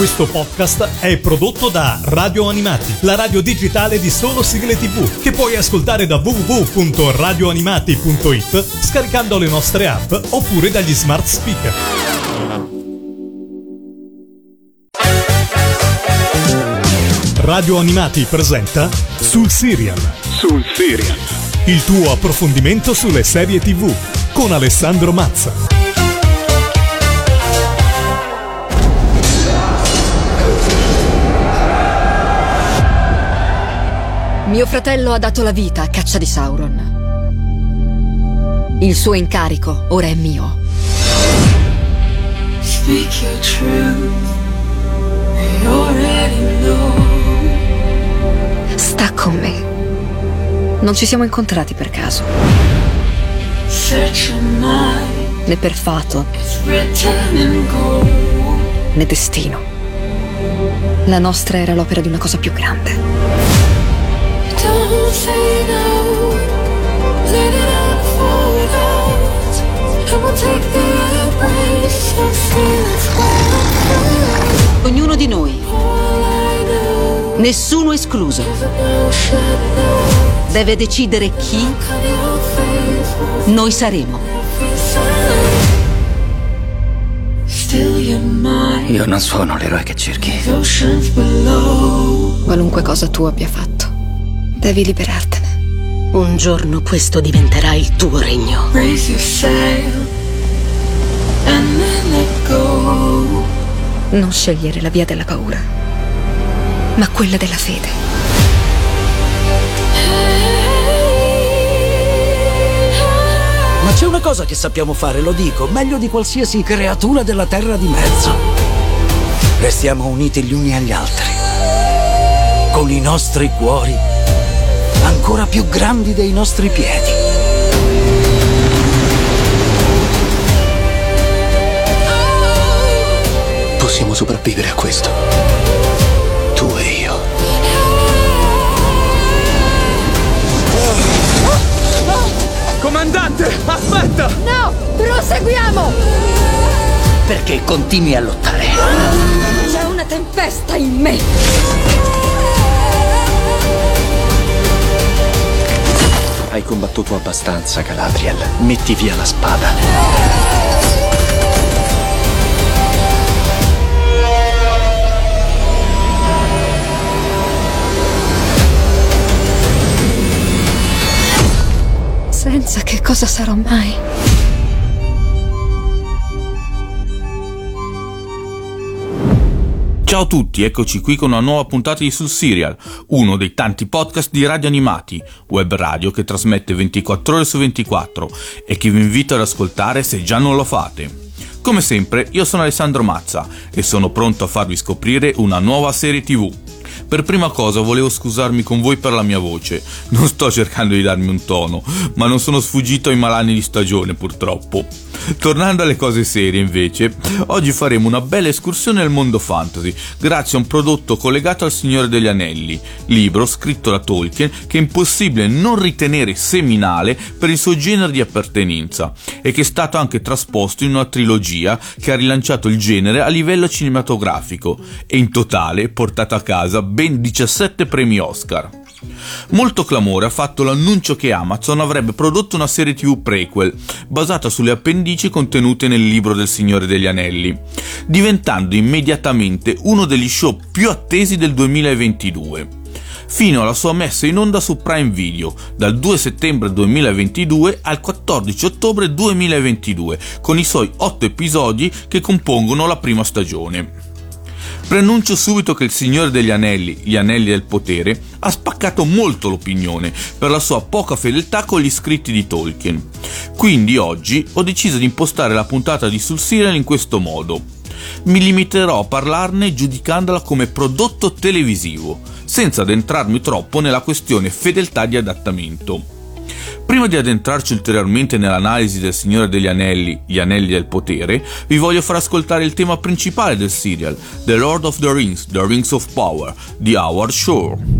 Questo podcast è prodotto da Radio Animati, la radio digitale di solo sigle TV, che puoi ascoltare da www.radioanimati.it scaricando le nostre app oppure dagli smart speaker. Radio Animati presenta Sul Serial. Sul Serial. Il tuo approfondimento sulle serie TV con Alessandro Mazza. Mio fratello ha dato la vita a caccia di Sauron. Il suo incarico ora è mio. Speak your truth. You already know. Sta con me. Non ci siamo incontrati per caso. Né per fato, né destino. La nostra era l'opera di una cosa più grande. Ognuno di noi, nessuno escluso, deve decidere chi noi saremo. Io non sono l'eroe che cerchi. Qualunque cosa tu abbia fatto, devi liberartene. Un giorno questo diventerà il tuo regno. Non scegliere la via della paura, ma quella della fede. Ma c'è una cosa che sappiamo fare, lo dico, meglio di qualsiasi creatura della terra di mezzo. Restiamo uniti gli uni agli altri, con i nostri cuori ancora più grandi dei nostri piedi. Possiamo sopravvivere a questo, tu e io. Comandante, aspetta! No, proseguiamo! Perché continui a lottare? C'è una tempesta in me! Hai combattuto abbastanza, Galadriel. Metti via la spada. Senza che cosa sarò mai? Ciao a tutti, eccoci qui con una nuova puntata di Sul Serial, uno dei tanti podcast di Radio Animati, web radio che trasmette 24 ore su 24 e che vi invito ad ascoltare se già non lo fate. Come sempre, io sono Alessandro Mazza e sono pronto a farvi scoprire una nuova serie TV. Per prima cosa volevo scusarmi con voi per la mia voce, non sto cercando di darmi un tono, ma non sono sfuggito ai malanni di stagione purtroppo. Tornando alle cose serie invece, oggi faremo una bella escursione nel mondo fantasy, grazie a un prodotto collegato al Signore degli Anelli, libro scritto da Tolkien che è impossibile non ritenere seminale per il suo genere di appartenenza e che è stato anche trasposto in una trilogia che ha rilanciato il genere a livello cinematografico e in totale portato a casa ben 17 premi Oscar. Molto clamore ha fatto l'annuncio che Amazon avrebbe prodotto una serie TV prequel basata sulle appendici contenute nel libro del Signore degli Anelli, diventando immediatamente uno degli show più attesi del 2022, fino alla sua messa in onda su Prime Video dal 2 settembre 2022 al 14 ottobre 2022 con i suoi 8 episodi che compongono la prima stagione. Preannuncio subito che il Signore degli Anelli, gli Anelli del Potere, ha spaccato molto l'opinione per la sua poca fedeltà con gli scritti di Tolkien. Quindi oggi ho deciso di impostare la puntata di Sul Serial in questo modo. Mi limiterò a parlarne giudicandola come prodotto televisivo, senza addentrarmi troppo nella questione fedeltà di adattamento. Prima di addentrarci ulteriormente nell'analisi del Signore degli Anelli, gli Anelli del Potere, vi voglio far ascoltare il tema principale del serial, The Lord of the Rings of Power, di Howard Shore.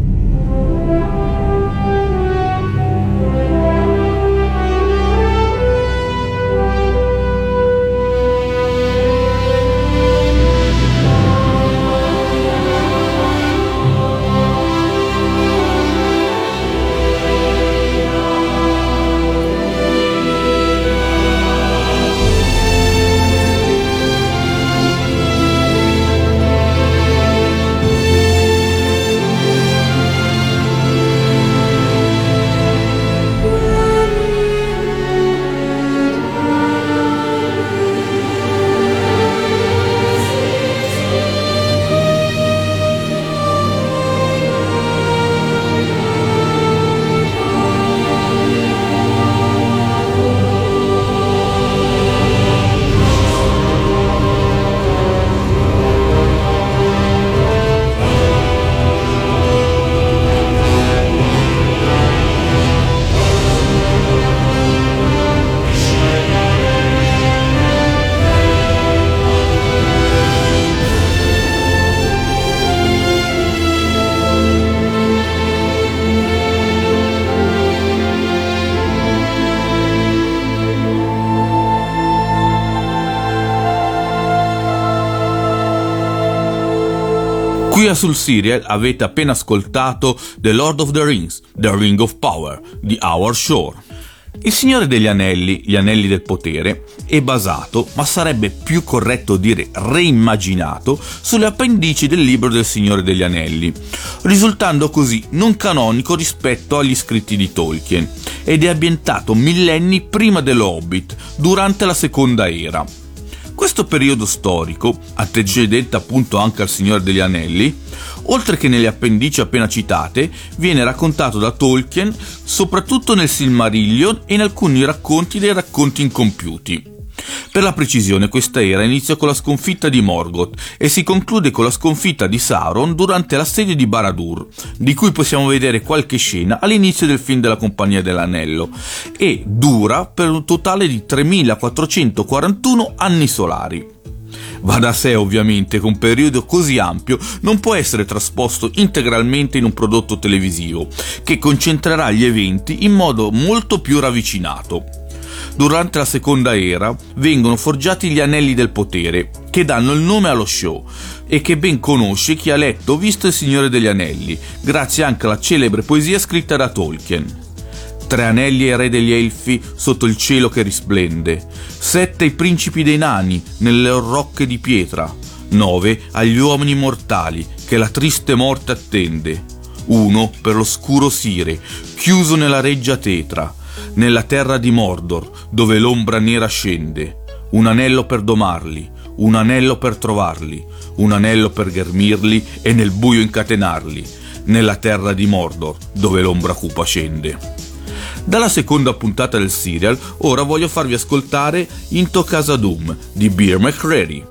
Qui a Sul Serial avete appena ascoltato The Lord of the Rings, The Ring of Power di Howard Shore. Il Signore degli Anelli, gli Anelli del Potere, è basato, ma sarebbe più corretto dire reimmaginato, sulle appendici del libro del Signore degli Anelli, risultando così non canonico rispetto agli scritti di Tolkien, ed è ambientato millenni prima dello Hobbit, durante la Seconda Era. Questo periodo storico, antecedente appunto anche al Signore degli Anelli, oltre che nelle appendici appena citate, viene raccontato da Tolkien soprattutto nel Silmarillion e in alcuni racconti dei racconti incompiuti. Per la precisione, questa era inizia con la sconfitta di Morgoth e si conclude con la sconfitta di Sauron durante l'assedio di Barad-dûr, di cui possiamo vedere qualche scena all'inizio del film della Compagnia dell'Anello, e dura per un totale di 3441 anni solari. Va da sé ovviamente che un periodo così ampio non può essere trasposto integralmente in un prodotto televisivo, che concentrerà gli eventi in modo molto più ravvicinato. Durante la Seconda Era vengono forgiati gli Anelli del Potere, che danno il nome allo show, e che ben conosce chi ha letto o visto Il Signore degli Anelli, grazie anche alla celebre poesia scritta da Tolkien. 3 anelli ai re degli Elfi sotto il cielo che risplende, 7 ai principi dei nani nelle rocche di pietra, 9 agli uomini mortali che la triste morte attende, 1 per l'oscuro Sire, chiuso nella reggia tetra, nella terra di Mordor, dove l'ombra nera scende, un anello per domarli, un anello per trovarli, un anello per ghermirli e nel buio incatenarli, nella terra di Mordor, dove l'ombra cupa scende. Dalla seconda puntata del serial, ora voglio farvi ascoltare Into Khazad-dûm di Bear McCreary.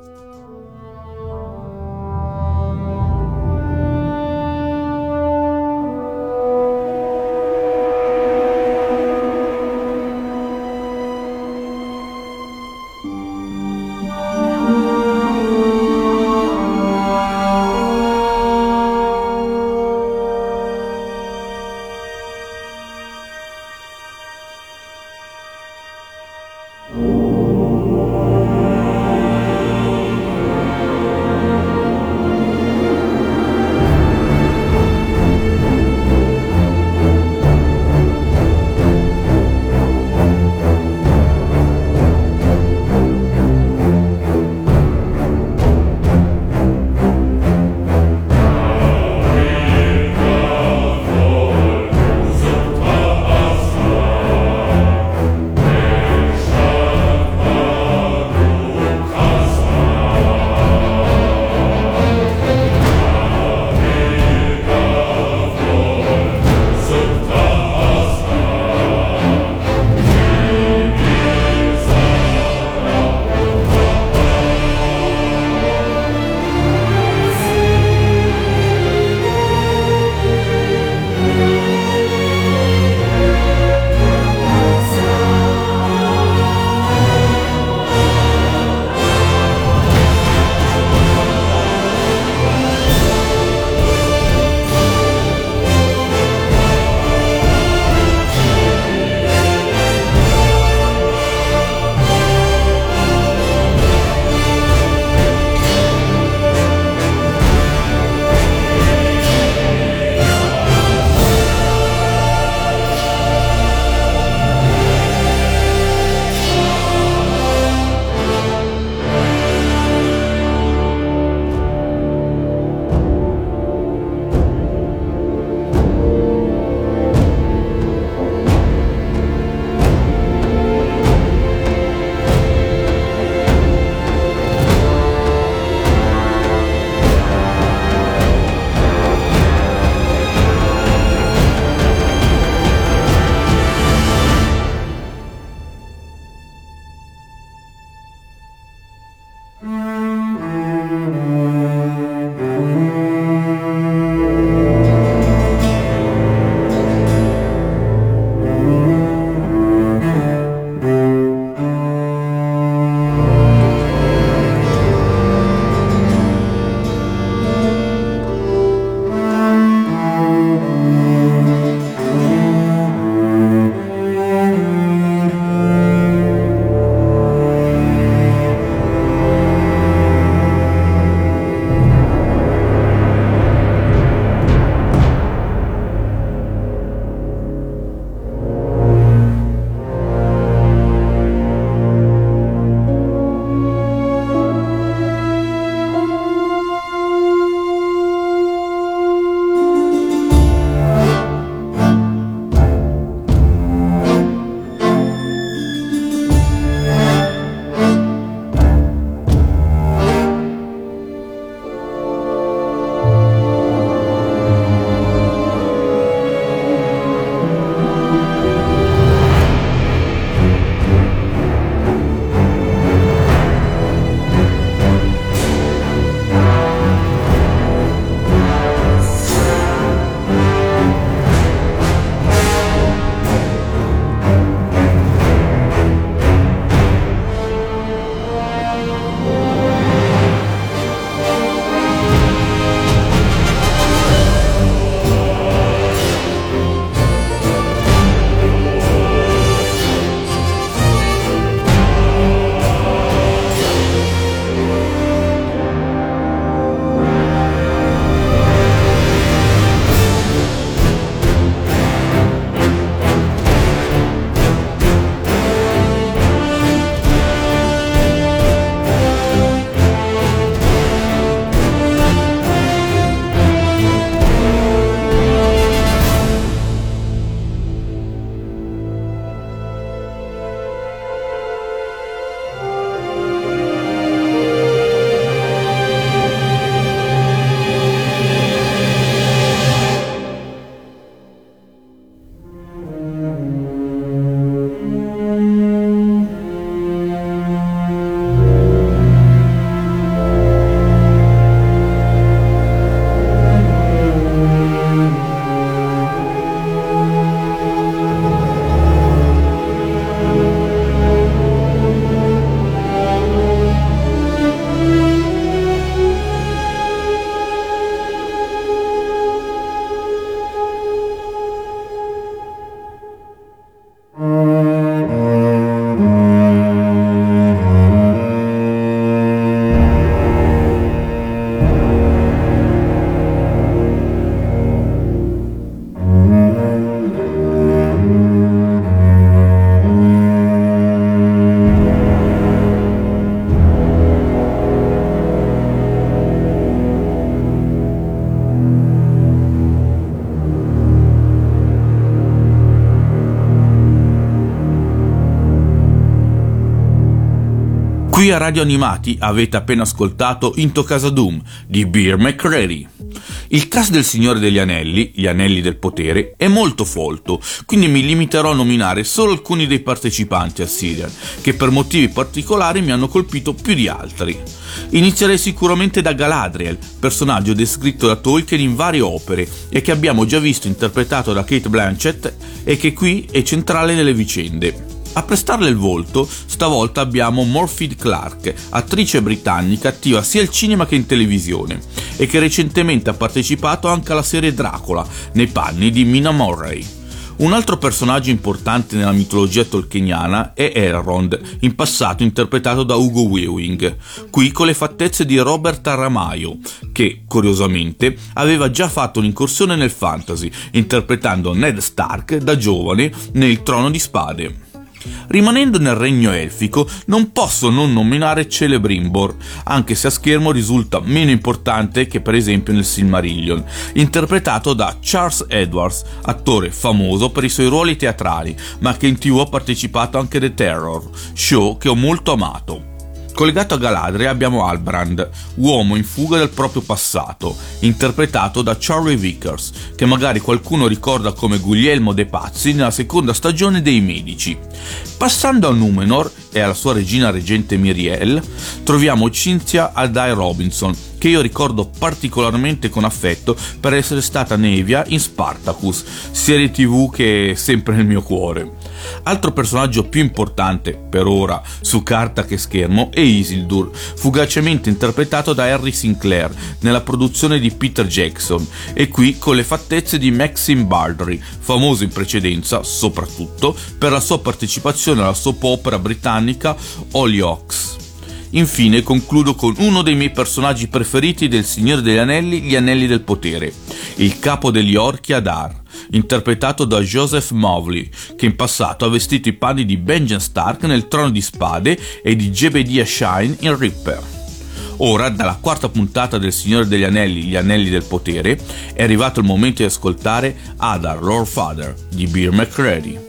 Qui a Radio Animati avete appena ascoltato Into Casa Doom di Bear McCreary. Il cast del Signore degli Anelli, gli Anelli del Potere, è molto folto, quindi mi limiterò a nominare solo alcuni dei partecipanti al serial, che per motivi particolari mi hanno colpito più di altri. Inizierei sicuramente da Galadriel, personaggio descritto da Tolkien in varie opere e che abbiamo già visto interpretato da Cate Blanchett e che qui è centrale nelle vicende. A prestarle il volto, stavolta abbiamo Morphy Clark, attrice britannica attiva sia al cinema che in televisione e che recentemente ha partecipato anche alla serie Dracula, nei panni di Mina Murray. Un altro personaggio importante nella mitologia tolkieniana è Elrond, in passato interpretato da Hugo Weaving, qui con le fattezze di Robert Aramaio, che, curiosamente, aveva già fatto un'incursione nel fantasy, interpretando Ned Stark da giovane nel Trono di Spade. Rimanendo nel regno elfico, non posso non nominare Celebrimbor, anche se a schermo risulta meno importante che per esempio nel Silmarillion, interpretato da Charles Edwards, attore famoso per i suoi ruoli teatrali, ma che in TV ha partecipato anche a The Terror, show che ho molto amato. Collegato a Galadriel abbiamo Halbrand, uomo in fuga dal proprio passato, interpretato da Charlie Vickers, che magari qualcuno ricorda come Guglielmo De Pazzi nella seconda stagione dei Medici. Passando a Numenor e alla sua regina reggente Miriel, troviamo Cynthia Alday Robinson, che io ricordo particolarmente con affetto per essere stata Nevia in Spartacus, serie TV che è sempre nel mio cuore. Altro personaggio più importante, per ora, su carta che schermo, è Isildur, fugacemente interpretato da Harry Sinclair nella produzione di Peter Jackson, e qui con le fattezze di Maxim Baldry, famoso in precedenza, soprattutto, per la sua partecipazione alla soap opera britannica Hollyoaks. Infine concludo con uno dei miei personaggi preferiti del Signore degli Anelli, gli Anelli del Potere, il capo degli orchi Adar, interpretato da Joseph Mowgli, che in passato ha vestito i panni di Benjen Stark nel Trono di Spade e di Jebediah Shine in Ripper. Ora, dalla quarta puntata del Signore degli Anelli, gli Anelli del Potere, è arrivato il momento di ascoltare Adar, Lord Father di Bear McCreary.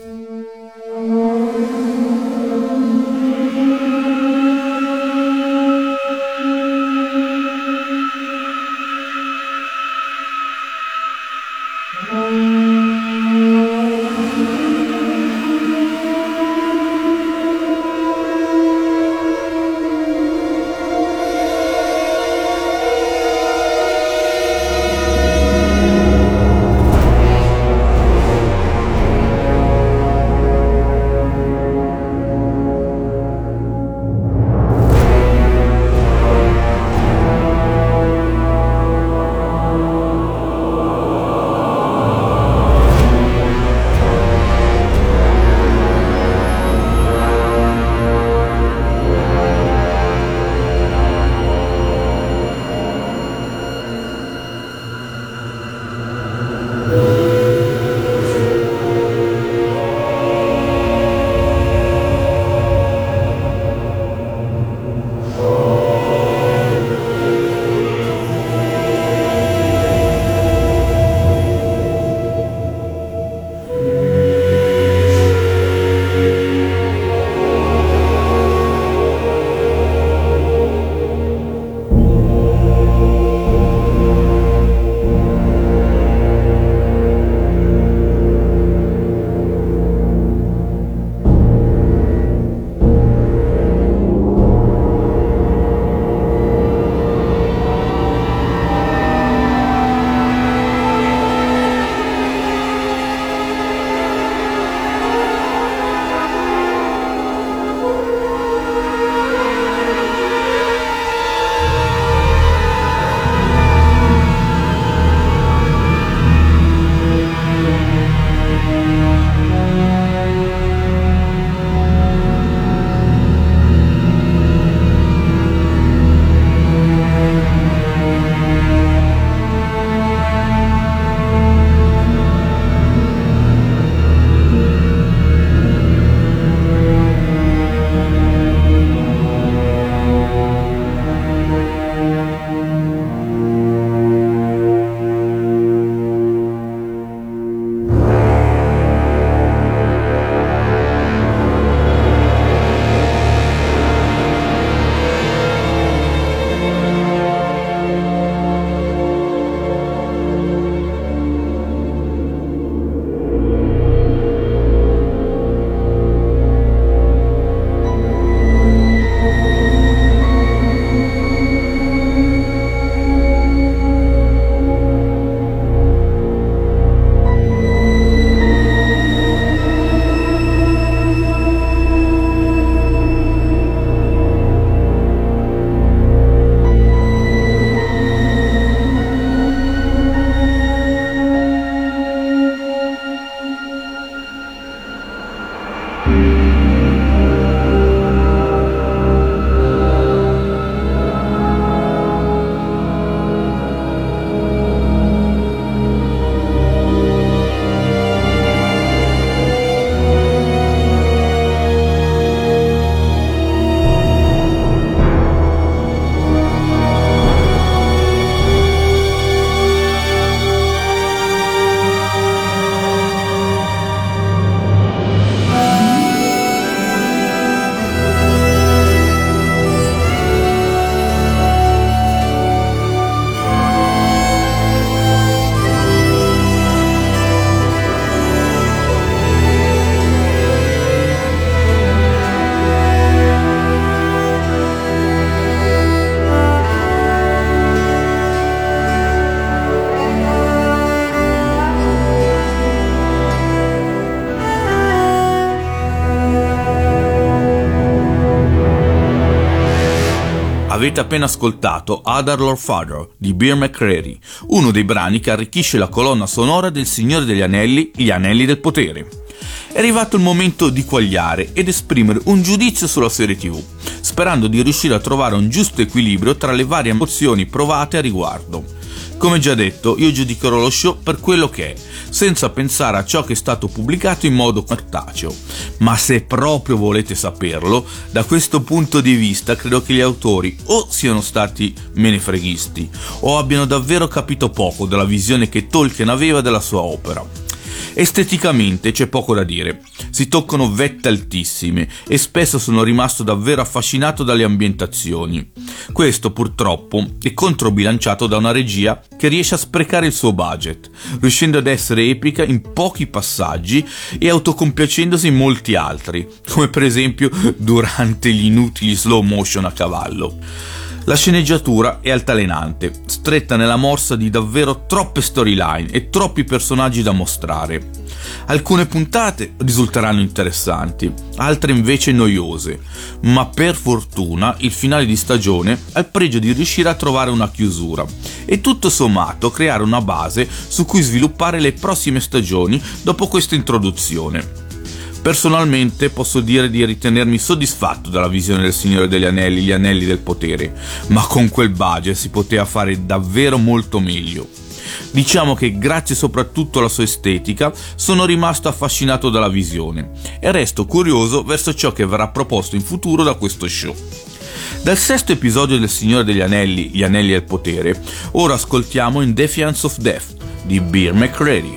Avete appena ascoltato Other Lord Father di Bear McCreary, uno dei brani che arricchisce la colonna sonora del Signore degli Anelli, Gli Anelli del Potere. È arrivato il momento di quagliare ed esprimere un giudizio sulla serie TV, sperando di riuscire a trovare un giusto equilibrio tra le varie emozioni provate a riguardo. Come già detto, io giudicherò lo show per quello che è, senza pensare a ciò che è stato pubblicato in modo cartaceo. Ma se proprio volete saperlo, da questo punto di vista credo che gli autori o siano stati menefreghisti, o abbiano davvero capito poco della visione che Tolkien aveva della sua opera. Esteticamente c'è poco da dire, si toccano vette altissime e spesso sono rimasto davvero affascinato dalle ambientazioni. Questo purtroppo è controbilanciato da una regia che riesce a sprecare il suo budget, riuscendo ad essere epica in pochi passaggi e autocompiacendosi in molti altri, come per esempio durante gli inutili slow motion a cavallo. La sceneggiatura è altalenante, stretta nella morsa di davvero troppe storyline e troppi personaggi da mostrare. Alcune puntate risulteranno interessanti, altre invece noiose, ma per fortuna il finale di stagione ha il pregio di riuscire a trovare una chiusura e tutto sommato creare una base su cui sviluppare le prossime stagioni dopo questa introduzione. Personalmente posso dire di ritenermi soddisfatto dalla visione del Signore degli Anelli, Gli Anelli del Potere, ma con quel budget si poteva fare davvero molto meglio. Diciamo che grazie soprattutto alla sua estetica sono rimasto affascinato dalla visione e resto curioso verso ciò che verrà proposto in futuro da questo show. Dal sesto episodio del Signore degli Anelli, Gli Anelli del Potere, ora ascoltiamo In Defiance of Death di Bear McCreary.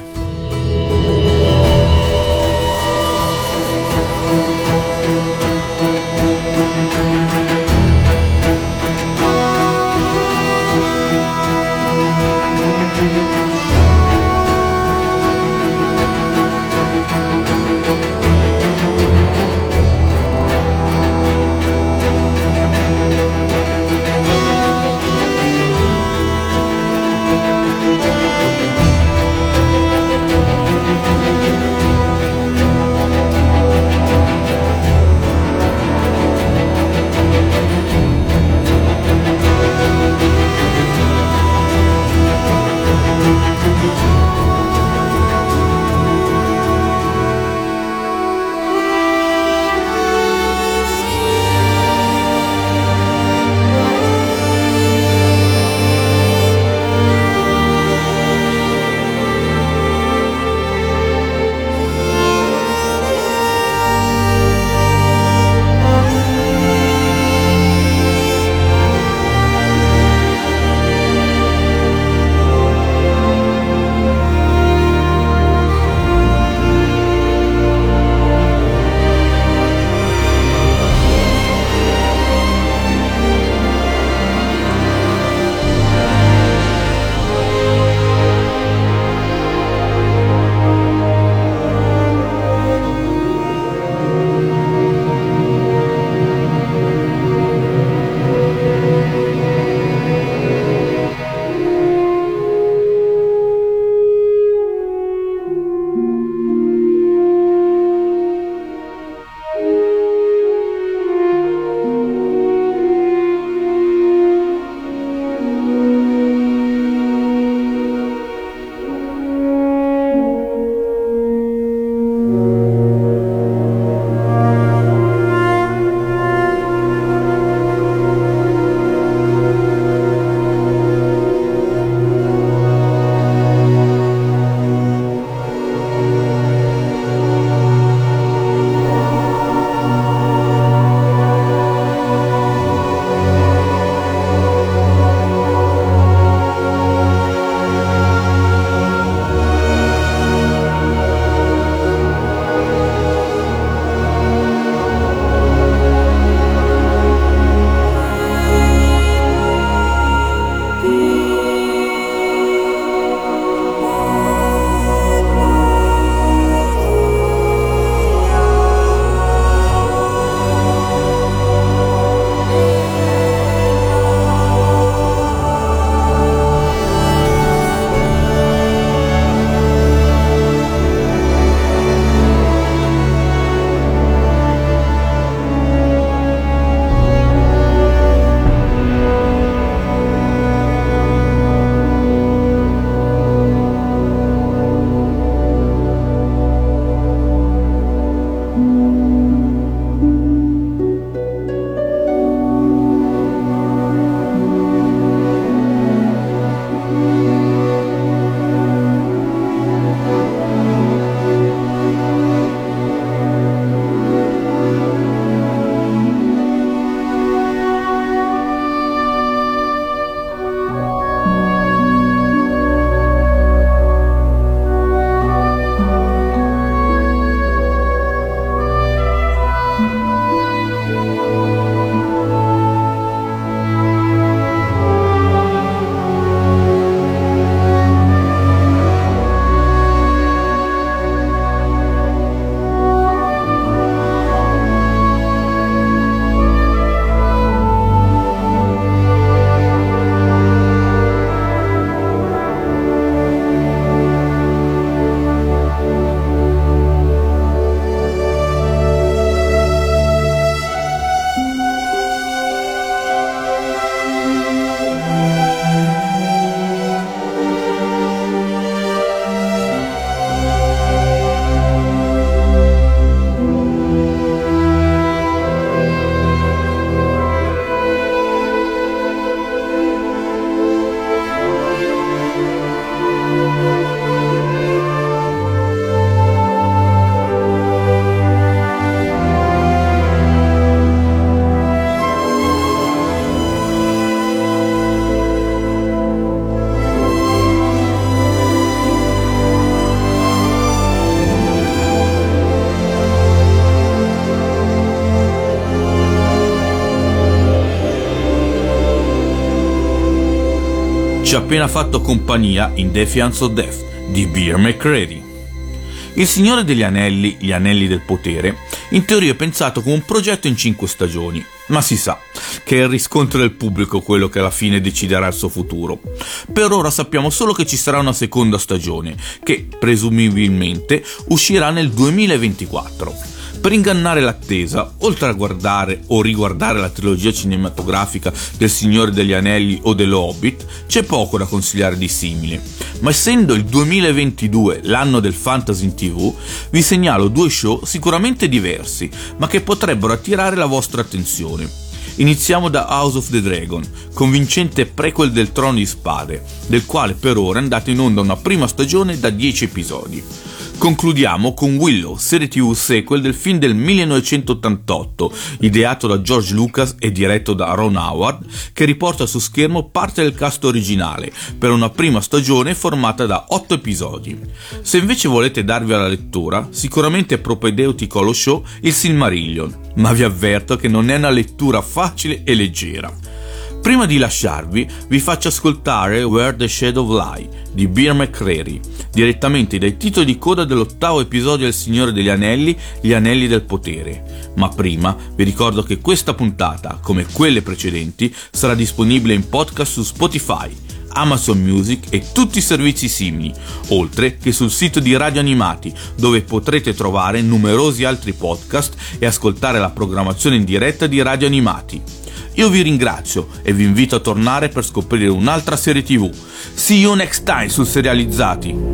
ci ha appena fatto compagnia in Defiance of Death di Bear McCreary. Il Signore degli Anelli, gli Anelli del Potere, in teoria è pensato come un progetto in 5 stagioni, ma si sa che è il riscontro del pubblico quello che alla fine deciderà il suo futuro. Per ora sappiamo solo che ci sarà una seconda stagione, che presumibilmente uscirà nel 2024. Per ingannare l'attesa, oltre a guardare o riguardare la trilogia cinematografica del Signore degli Anelli o dello Hobbit, c'è poco da consigliare di simile. Ma essendo il 2022 l'anno del fantasy in TV, vi segnalo 2 show sicuramente diversi, ma che potrebbero attirare la vostra attenzione. Iniziamo da House of the Dragon, convincente prequel del Trono di Spade, del quale per ora è andata in onda una prima stagione da 10 episodi. Concludiamo con Willow, serie TV sequel del film del 1988, ideato da George Lucas e diretto da Ron Howard, che riporta su schermo parte del cast originale, per una prima stagione formata da 8 episodi. Se invece volete darvi alla lettura, sicuramente è propedeutico allo show il Silmarillion, ma vi avverto che non è una lettura facile e leggera. Prima di lasciarvi, vi faccio ascoltare Where the Shadow Lie di Bear McCreary, direttamente dai titoli di coda dell'8º episodio del Signore degli Anelli, gli Anelli del Potere. Ma prima vi ricordo che questa puntata, come quelle precedenti, sarà disponibile in podcast su Spotify, Amazon Music e tutti i servizi simili, oltre che sul sito di Radio Animati, dove potrete trovare numerosi altri podcast e ascoltare la programmazione in diretta di Radio Animati. Io vi ringrazio e vi invito a tornare per scoprire un'altra serie TV. See you next time su Serializzati!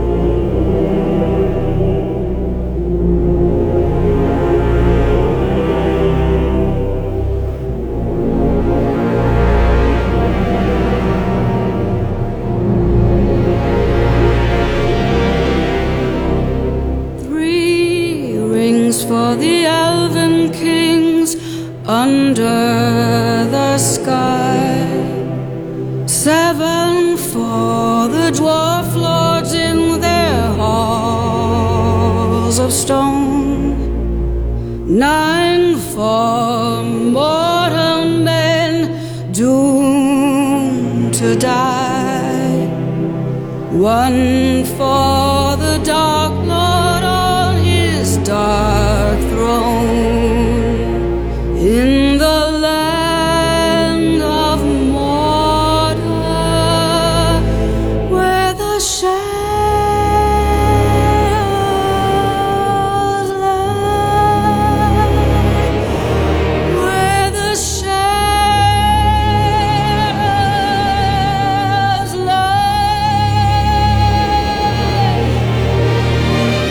For the elven kings under the sky, 7 for the dwarf lords in their halls of stone, 9 for mortal men doomed to die, 1 for the dark lord on his dark throne in the land of Mordor, where the shadows lie, where the shadows lie.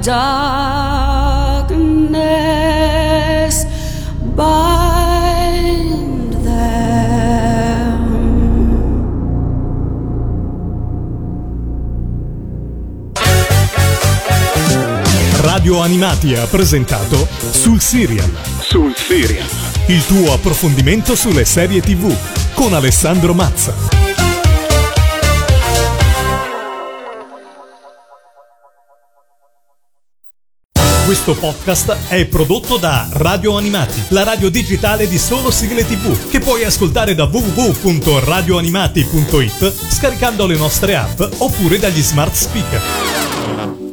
darkness, bind them. Radio Animati ha presentato Sul Serial. Sul Serial. Il tuo approfondimento sulle serie TV con Alessandro Mazza. Questo podcast è prodotto da Radio Animati, la radio digitale di solo sigle TV, che puoi ascoltare da www.radioanimati.it scaricando le nostre app oppure dagli smart speaker.